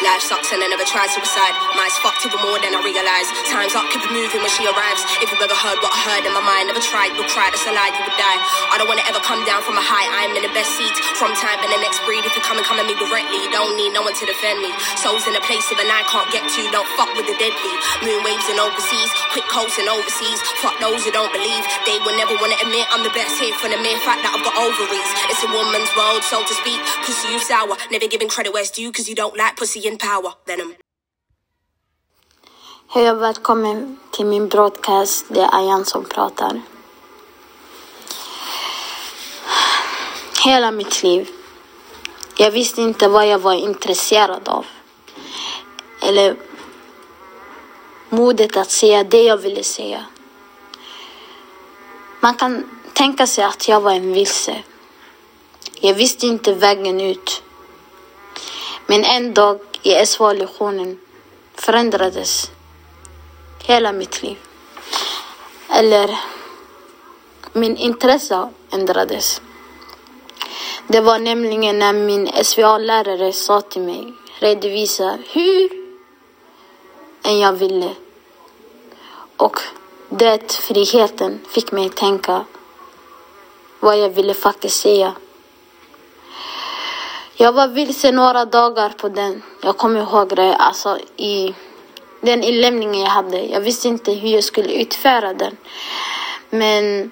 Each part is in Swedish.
Life sucks and I never tried suicide. Mine's fucked even more than I realised. Time's up, keep it moving when she arrives. If you've ever heard what I heard in my mind, never tried, you'll cry, that's a lie, you would die. I don't wanna ever come down from a high, I'm in the best seat. From time and the next breed, if you come at me directly, don't need no one to defend me. Souls in a place even I can't get to, don't fuck with the deadly. Moon waves and overseas, quick coats and overseas. Fuck those who don't believe, they will never wanna admit I'm the best here for the mere fact that I've got ovaries. It's a woman's world, so to speak. Pussy you sour, never giving credit where it's due, cause you don't like pussy in power. Venom. Hej och välkommen till min broadcast. Det är Ayan som pratar. Hela mitt liv, jag visste inte vad jag var intresserad av. Eller modet att säga det jag ville säga. Man kan tänka sig att jag var en vilse. Jag visste inte vägen ut. Men en dag i SVA-lektionen förändrades hela mitt liv. Eller min intresse ändrades. Det var nämligen när min SVA-lärare sa till mig, redovisa hur än jag ville. Och det friheten fick mig tänka vad jag ville faktiskt säga. Jag var vilse några dagar på den. Jag kommer ihåg det, alltså i den inlämningen jag hade. Jag visste inte hur jag skulle utföra den. Men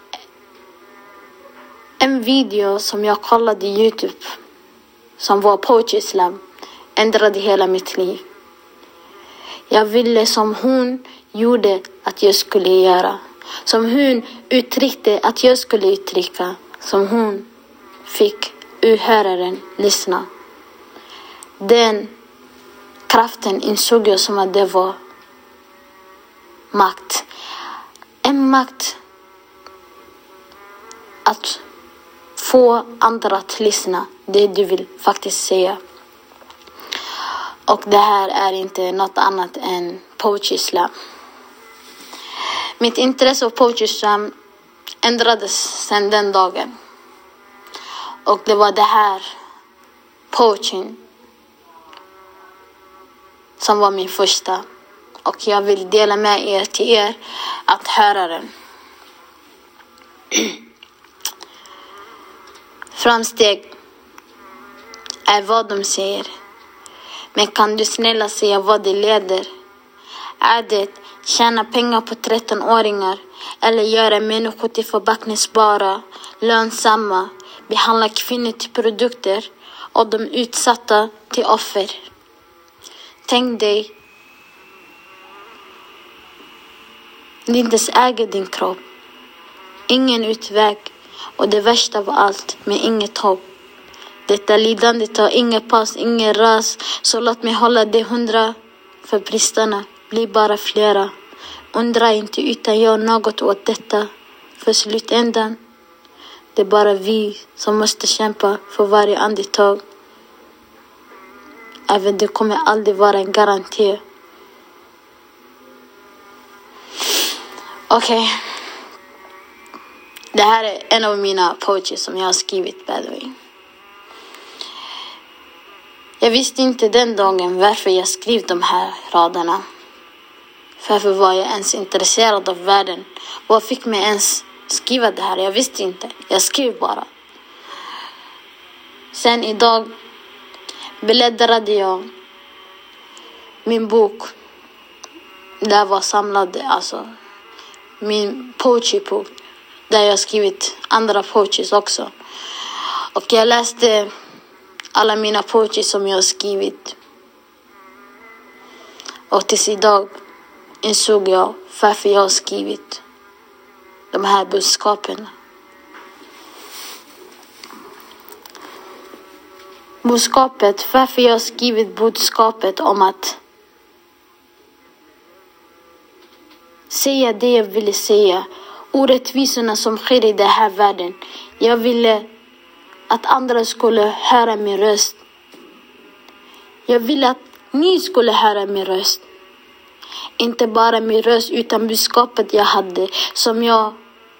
en video som jag kollade i YouTube, som var Poetry Slam, ändrade hela mitt liv. Jag ville som hon gjorde att jag skulle göra. Som hon uttryckte att jag skulle uttrycka. Som hon fick urhöraren lyssna. Den kraften insåg jag som att det var makt. En makt att få andra att lyssna det du vill faktiskt säga. Och det här är inte något annat än Poetry Slam. Mitt intresse av Poetry Slam ändrades sedan den dagen. Och det var det här poetry som var min första. Och jag vill dela med er till er att höra den. Framsteg är vad de säger. Men kan du snälla säga vad det leder? Är det tjäna pengar på 13-åringar? Eller göra människor till förbackningsbara, lönsamma? Behandla kvinnor till produkter och de utsatta till offer? Tänk dig, Lindes äger din kropp. Ingen utväg och det värsta av allt, med inget hopp. Detta lidande tar ingen paus, ingen ras. Så låt mig hålla det 100, för bristerna blir bara flera. Undra inte utan gör något åt detta. För slutändan, det är bara vi som måste kämpa för varje andetag. Även det kommer aldrig vara en garanti. Okej. Det här är en av mina poetry som jag har skrivit, by the way. Jag visste inte den dagen varför jag skrev de här raderna. Varför var jag ens intresserad av världen? Vad fick mig ens skriva det här? Jag visste inte. Jag skrev bara. Sen idag bläddrade jag min bok. Där var samlade, alltså min poetry-bok. Där jag skrivit andra poetries också. Och jag läste alla mina poetry som jag har skrivit. Och tills idag insåg jag varför jag har skrivit de här budskapen. Budskapet, varför jag har skrivit budskapet om att säga det jag ville säga. Orättvisorna som sker i den här världen. Jag ville att andra skulle höra min röst. Jag ville att ni skulle höra min röst. Inte bara min röst utan budskapet jag hade. Som jag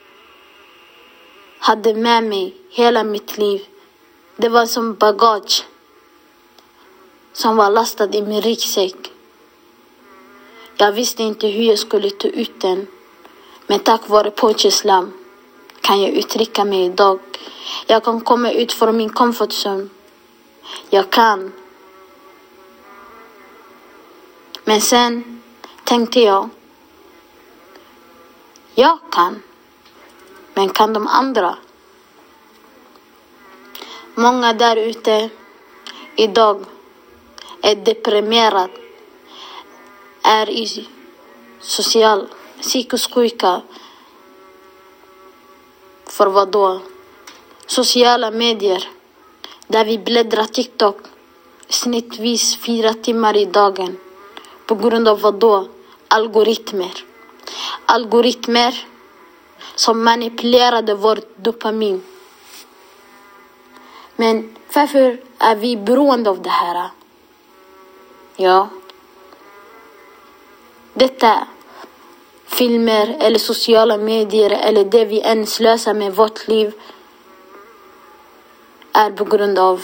hade med mig hela mitt liv. Det var som bagage. som var lastad i min ryggsäck. Jag visste inte hur jag skulle ta ut den. Men tack vare Poetry kan jag uttrycka mig idag. Jag kan komma ut från min comfort zone. Jag kan. Men sen tänkte jag kan. Men kan de andra? Många där ute idag är deprimerade, är i psykisk sjuka. För vad då? Sociala medier, där vi bläddrar TikTok snittvis 4 timmar i dagen. På grund av vad då? Algoritmer som manipulerade vårt dopamin. Men varför är vi beroende av det här? Ja. Detta filmer eller sociala medier eller det vi ens löser med vårt liv är på grund av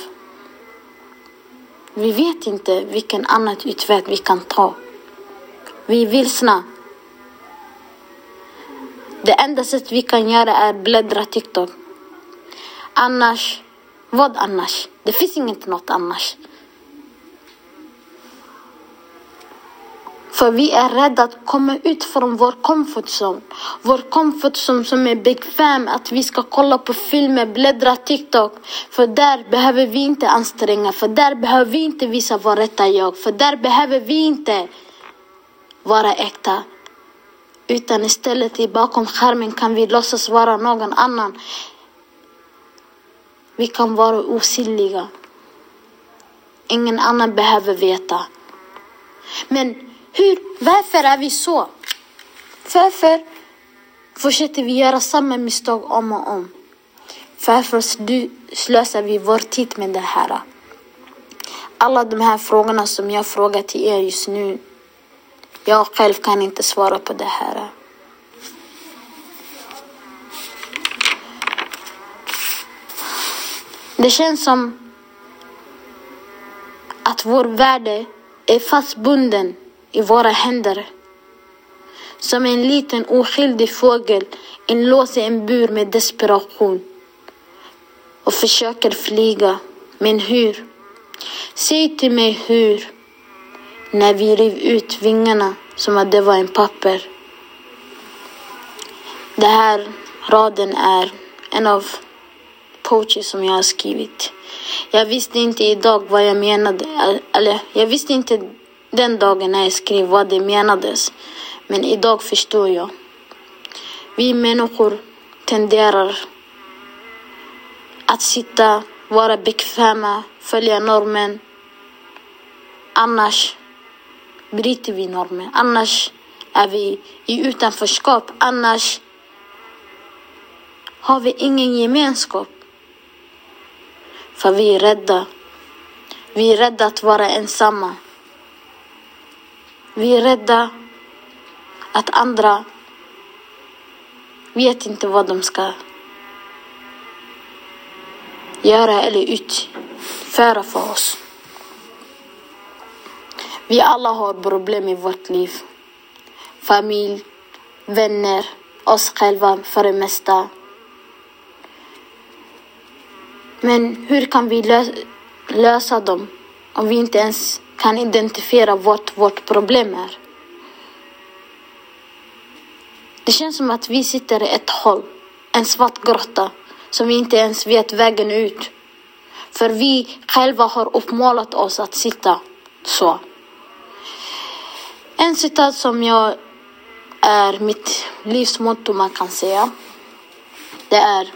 vi vet inte vilken annan utväg vi kan ta. Vi är vilsna. Det enda sätt vi kan göra är bläddra TikTok. Annars, vad annars? Det finns inget något annars. För vi är rädda att komma ut från vår comfort zone. Vår comfort zone som är bekväm att vi ska kolla på filmer, bläddra TikTok. För där behöver vi inte anstränga. För där behöver vi inte visa vår rätta jag. För där behöver vi inte vara äkta. Utan istället bakom skärmen kan vi låtsas vara någon annan. Vi kan vara osynliga. Ingen annan behöver veta. Men varför är vi så? Varför fortsätter vi göra samma misstag om och om? Varför slösar vi vår tid med det här? Alla de här frågorna som jag frågar till er just nu, jag själv kan inte svara på det här. Det känns som att vår värld är fastbunden i våra händer. Som en liten oskyldig fågel inlåst i en bur med desperation. Och försöker flyga. Men hur? Säg till mig hur. När vi riv ut vingarna som att det var en papper. Det här raden är en av poetry som jag har skrivit. Jag visste inte idag vad jag menade. Eller jag visste inte den dagen när jag skrev vad det menades. Men idag förstår jag. Vi människor tenderar att sitta, vara bekväma, följa normen. Annars bryter vi normen. Annars är vi i utanförskap. Annars har vi ingen gemenskap. För vi är rädda. Vi är rädda att vara ensamma. Vi är rädda att andra vet inte vad de ska göra eller utföra för oss. Vi alla har problem i vårt liv. Familj, vänner, oss själva för det mesta. Men hur kan vi lösa dem om vi inte ens kan identifiera vårt problem är? Det känns som att vi sitter i ett hål, en svart grotta som vi inte ens vet vägen ut. För vi själva har uppmålat oss att sitta så. En citat som jag är mitt livsmotto man kan säga. Det är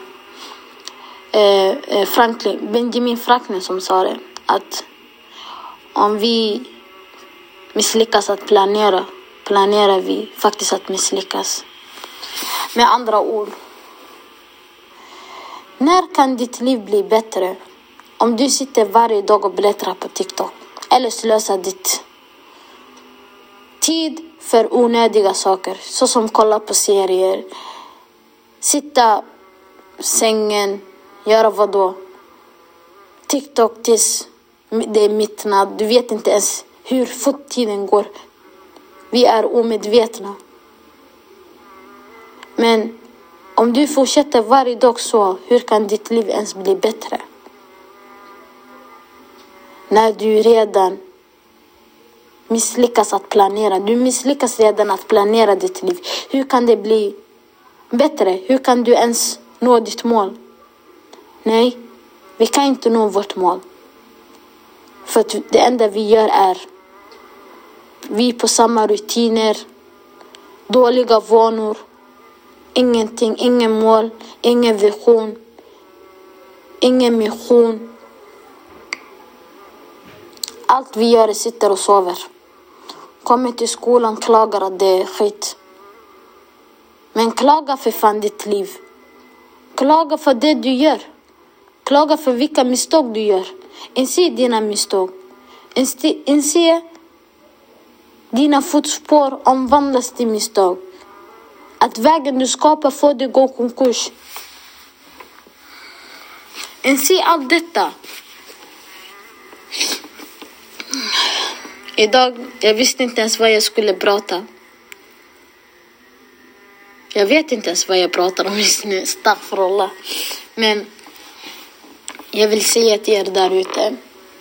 Benjamin Franklin som sa det. Att om vi misslyckas att planerar vi faktiskt att misslyckas. Med andra ord. När kan ditt liv bli bättre? Om du sitter varje dag och bläddrar på TikTok. Eller slösar ditt tid för onödiga saker. Så som kolla på serier. Sitta i sängen. Göra vad då? TikTok tills det är mittnad. Du vet inte ens hur fort tiden går. Vi är omedvetna. Men om du fortsätter varje dag så, hur kan ditt liv ens bli bättre? När du redan misslyckas att planera. Du misslyckas redan att planera ditt liv. Hur kan det bli bättre? Hur kan du ens nå ditt mål? Nej, vi kan inte nå vårt mål. För att det enda vi gör är vi på samma rutiner, dåliga vanor, ingenting, ingen mål, ingen vision, ingen mission. Allt vi gör är sitter och sover. Kommer till skolan, klagar att det är skit. Men klaga för fan ditt liv. Klaga för det du gör. Klaga för vilka misstag du gör. Inse dina misstag. Inse dina fotspår omvandlas till misstag. Att vägen du skapar får dig gå konkurs. Inse allt detta. Idag, jag visste inte ens vad jag skulle prata. Jag vet inte ens vad jag pratar om just nu. Astaghfirullah. Men jag vill säga till er där ute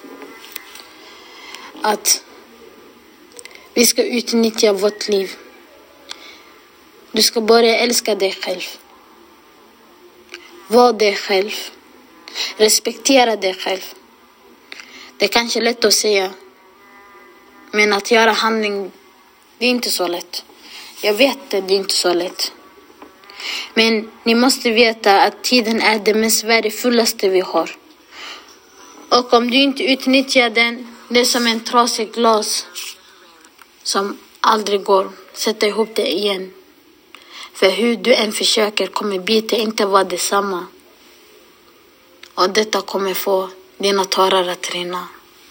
att vi ska utnyttja vårt liv. Du ska börja älska dig själv. Var dig själv. Respektera dig själv. Det är kanske lätt att säga. Men att göra handling, det är inte så lätt. Jag vet att det är inte så lätt. Men ni måste veta att tiden är det mest värdefullaste vi har. Och om du inte utnyttjar den, det är som en trasig glas som aldrig går. Sätta ihop det igen. För hur du än försöker kommer bitet inte vara detsamma. Och detta kommer få dina tårar att rinna.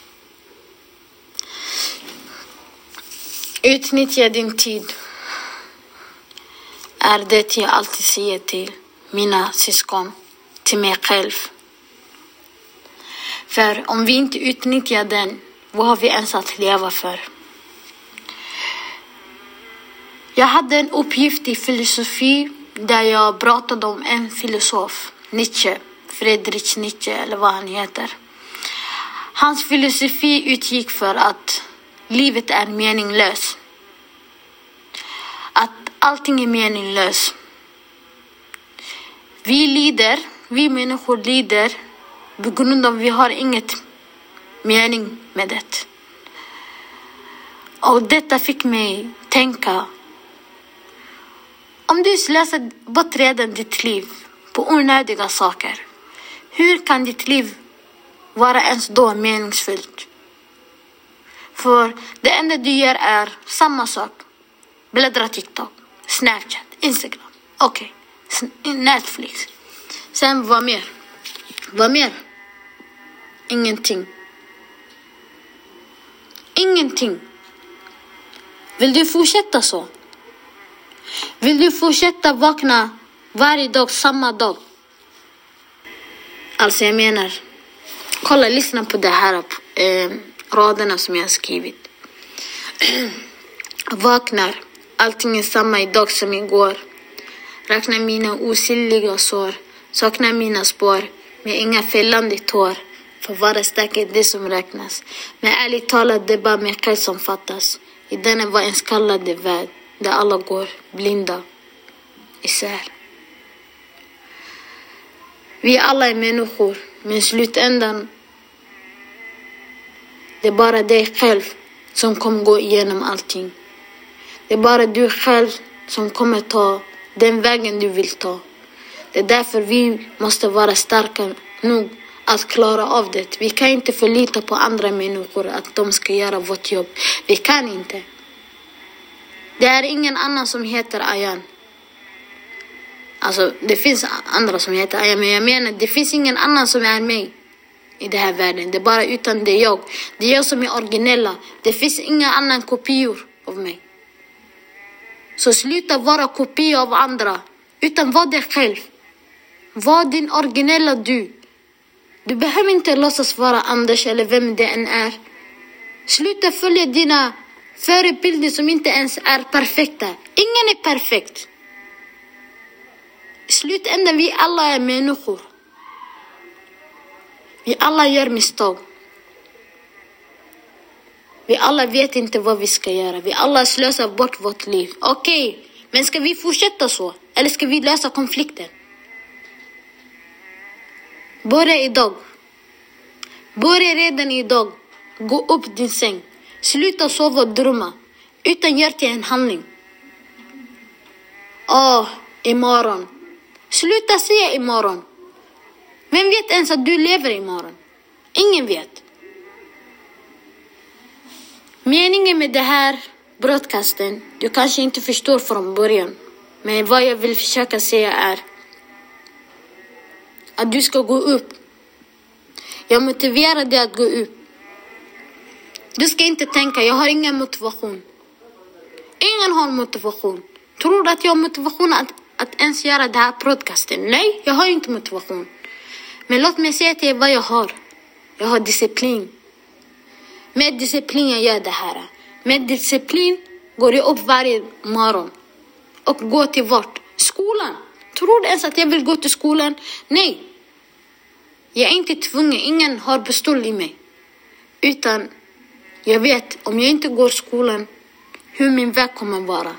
Utnyttja din tid. Är det jag alltid säger till mina syskon, till mig själv. För om vi inte utnyttjar den, vad har vi ens att leva för? Jag hade en uppgift i filosofi där jag pratade om en filosof, Nietzsche, Friedrich Nietzsche eller vad han heter. Hans filosofi utgick för att livet är meningslöst. Att allting är meningslöst. Vi människor lider på grund av att vi har inget mening med det. Och detta fick mig tänka. Om du slösar bort redan ditt liv på onödiga saker, hur kan ditt liv vara ens då meningsfullt? För det enda du gör är samma sak. Bläddra TikTok, Snapchat, Instagram. Okej. Netflix. Sen vad mer? Vad mer? Ingenting. Ingenting. Vill du fortsätta så? Vill du fortsätta vakna varje dag, samma dag? Alltså jag menar, kolla, lyssna på det här raderna som jag har skrivit. Vaknar, allting är samma idag som igår. Räknar mina osynliga sår, saknar mina spår, med inga fällande tår. För vara stark är det som räknas. Men ärligt talat, det är bara mig själv som fattas. I denna var en skallade värld, där alla går blinda isär. Vi alla är människor, men slutändan, det är bara dig själv som kommer gå igenom allting. Det är bara du själv som kommer ta den vägen du vill ta. Det är därför vi måste vara starka nog att klara av det. Vi kan inte förlita på andra människor att de ska göra vårt jobb. Vi kan inte. Det är ingen annan som heter Ayan. Alltså det finns andra som heter Ayan, men jag menar det finns ingen annan som är mig i den här världen. Det är bara utan det är jag. Det är jag som är originella. Det finns inga annan kopior av mig. Så sluta vara kopia av andra. Utan var dig själv. Var din originella du. Du behöver inte låtsas vara Anders eller vem det än är. Sluta följa dina förebilder som inte ens är perfekta. Ingen är perfekt. I slutändan, vi alla är människor. Vi alla gör misstag. Vi alla vet inte vad vi ska göra. Vi alla slösar bort vårt liv. Okej, men ska vi fortsätta så? Eller ska vi lösa konflikten? Börja redan idag. Gå upp din säng. Sluta sova och drömma. Utan gör till en handling. Imorgon. Sluta säga imorgon. Vem vet ens att du lever imorgon? Ingen vet. Meningen med det här broadcasten, du kanske inte förstår från början. Men vad jag vill försöka säga är att du ska gå upp. Jag motiverar dig att gå upp. Du ska inte tänka, jag har ingen motivation. Ingen har motivation. Tror du att jag har motivation att ens göra det här podcasten? Nej, jag har inte motivation. Men låt mig säga till er vad jag har. Jag har disciplin. Med disciplin jag gör det här. Med disciplin går jag upp varje morgon. Och går till vart? Skolan. Tror du ens att jag vill gå till skolan? Nej. Jag är inte tvungen. Ingen har bestått i mig. Utan jag vet, om jag inte går skolan, hur min väg kommer vara.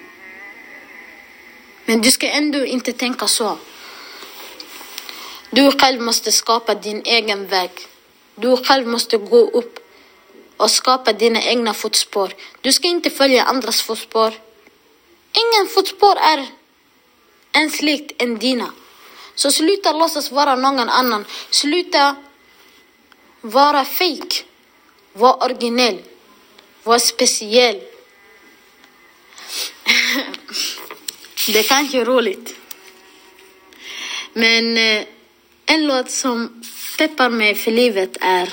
Men du ska ändå inte tänka så. Du själv måste skapa din egen väg. Du själv måste gå upp och skapa dina egna fotspår. Du ska inte följa andras fotspår. Ingen fotspår är ens likt än dina. Så sluta låtsas vara någon annan. Sluta vara fake. Var originell. Var speciell. Det kanske är roligt. Men en låt som peppar mig för livet är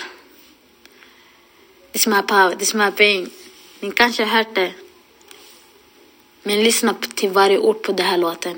This My Power, This My Pain. Ni kanske har hört det. Men lyssna till varje ord på den här låten.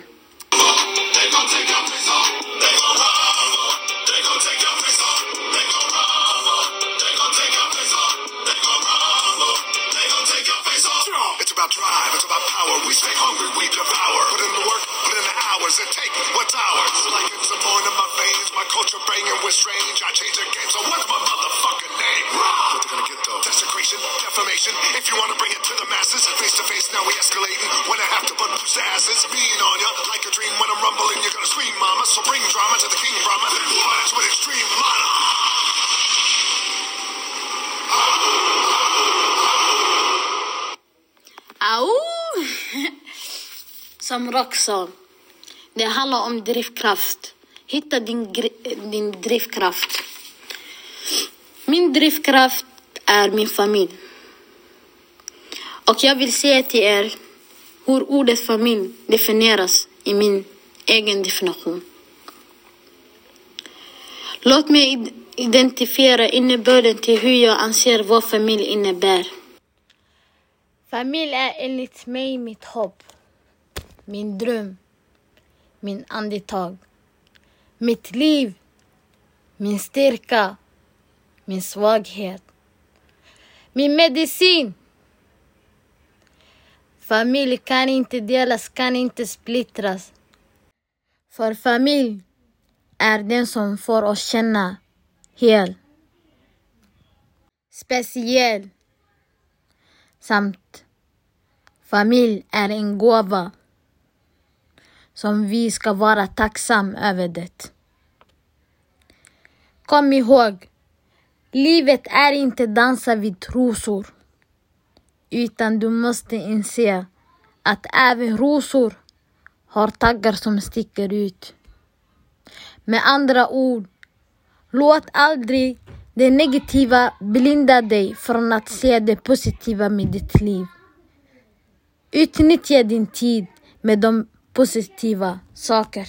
Drive, it's about power. We stay hungry, we devour. Put in the work, put in the hours, and take what's ours. Like it's a born in my veins, my culture banging with strange. I change the game, so what's my motherfucking name? What they gonna get though? Desecration, defamation. If you wanna bring it to the masses, face to face, now we escalating. When I have to put loose asses, being on ya like a dream. When I'm rumbling, you're gonna scream, mama. So bring drama to the king, Brahma. Punch with extreme lana. Som Rock sa, det handlar om drivkraft. Hitta din drivkraft. Min drivkraft är min familj. Och jag vill säga till er hur ordet familj definieras i min egen definition. Låt mig identifiera innebörden till hur jag anser vad familj innebär. Familj är enligt mig mitt hopp, min dröm, min andetag, mitt liv, min styrka, min svaghet, min medicin. Familj kan inte delas, kan inte splittras. För familj är den som får oss känna hel, speciell. Samt familj är en gåva som vi ska vara tacksam över det. Kom ihåg, livet är inte dansa vid trosor. Utan du måste inse att även rosor har taggar som sticker ut. Med andra ord, låt aldrig det negativa blinda dig från att se det positiva med ditt liv. Utnyttja din tid med de positiva saker.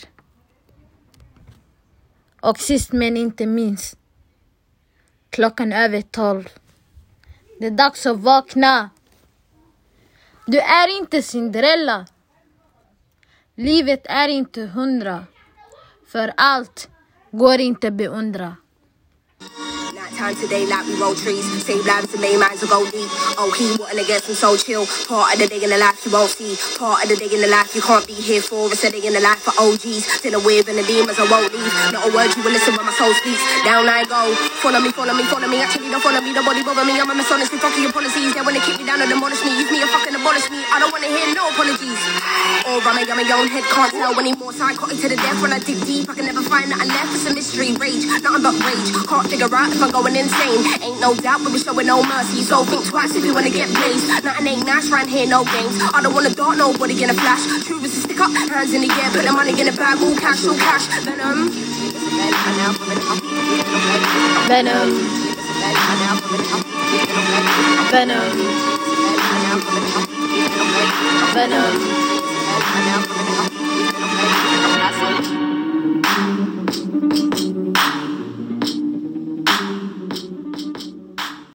Och sist men inte minst, klockan över 12. Det är dags att vakna. Du är inte Cinderella. Livet är inte 100. För allt går inte beundra. Time today like we roll trees. Save lives and made minds will go deep. Oh, he wanting to get some so chill. Part of the day in the life you won't see. Part of the day in the life you can't be here for. It's a day in the life for OGs. Still a wave and the demons I won't leave. Not a word you will listen when my soul speaks. Down I go. Follow me, follow me, follow me. Actually don't follow me, nobody bother me. I'm a dishonest, fucking your policies. They wanna kick me down and demolish me. Use me and fucking abolish me. I don't wanna hear no apologies. Or I'm a young head, can't tell anymore. Psychotic to the death when I dig deep. I can never find that I left. It's a mystery, rage, nothing but rage. Can't figure out if I'm going insane. Ain't no doubt, but we're showing no mercy. So think twice if you wanna get blazed. Nothing ain't nice, round here, no games. I don't wanna dart nobody in a flash. True as a stick up, hands in the air, put the money in the bag, all cash, all cash. Venom. Venom. Venom. Venom.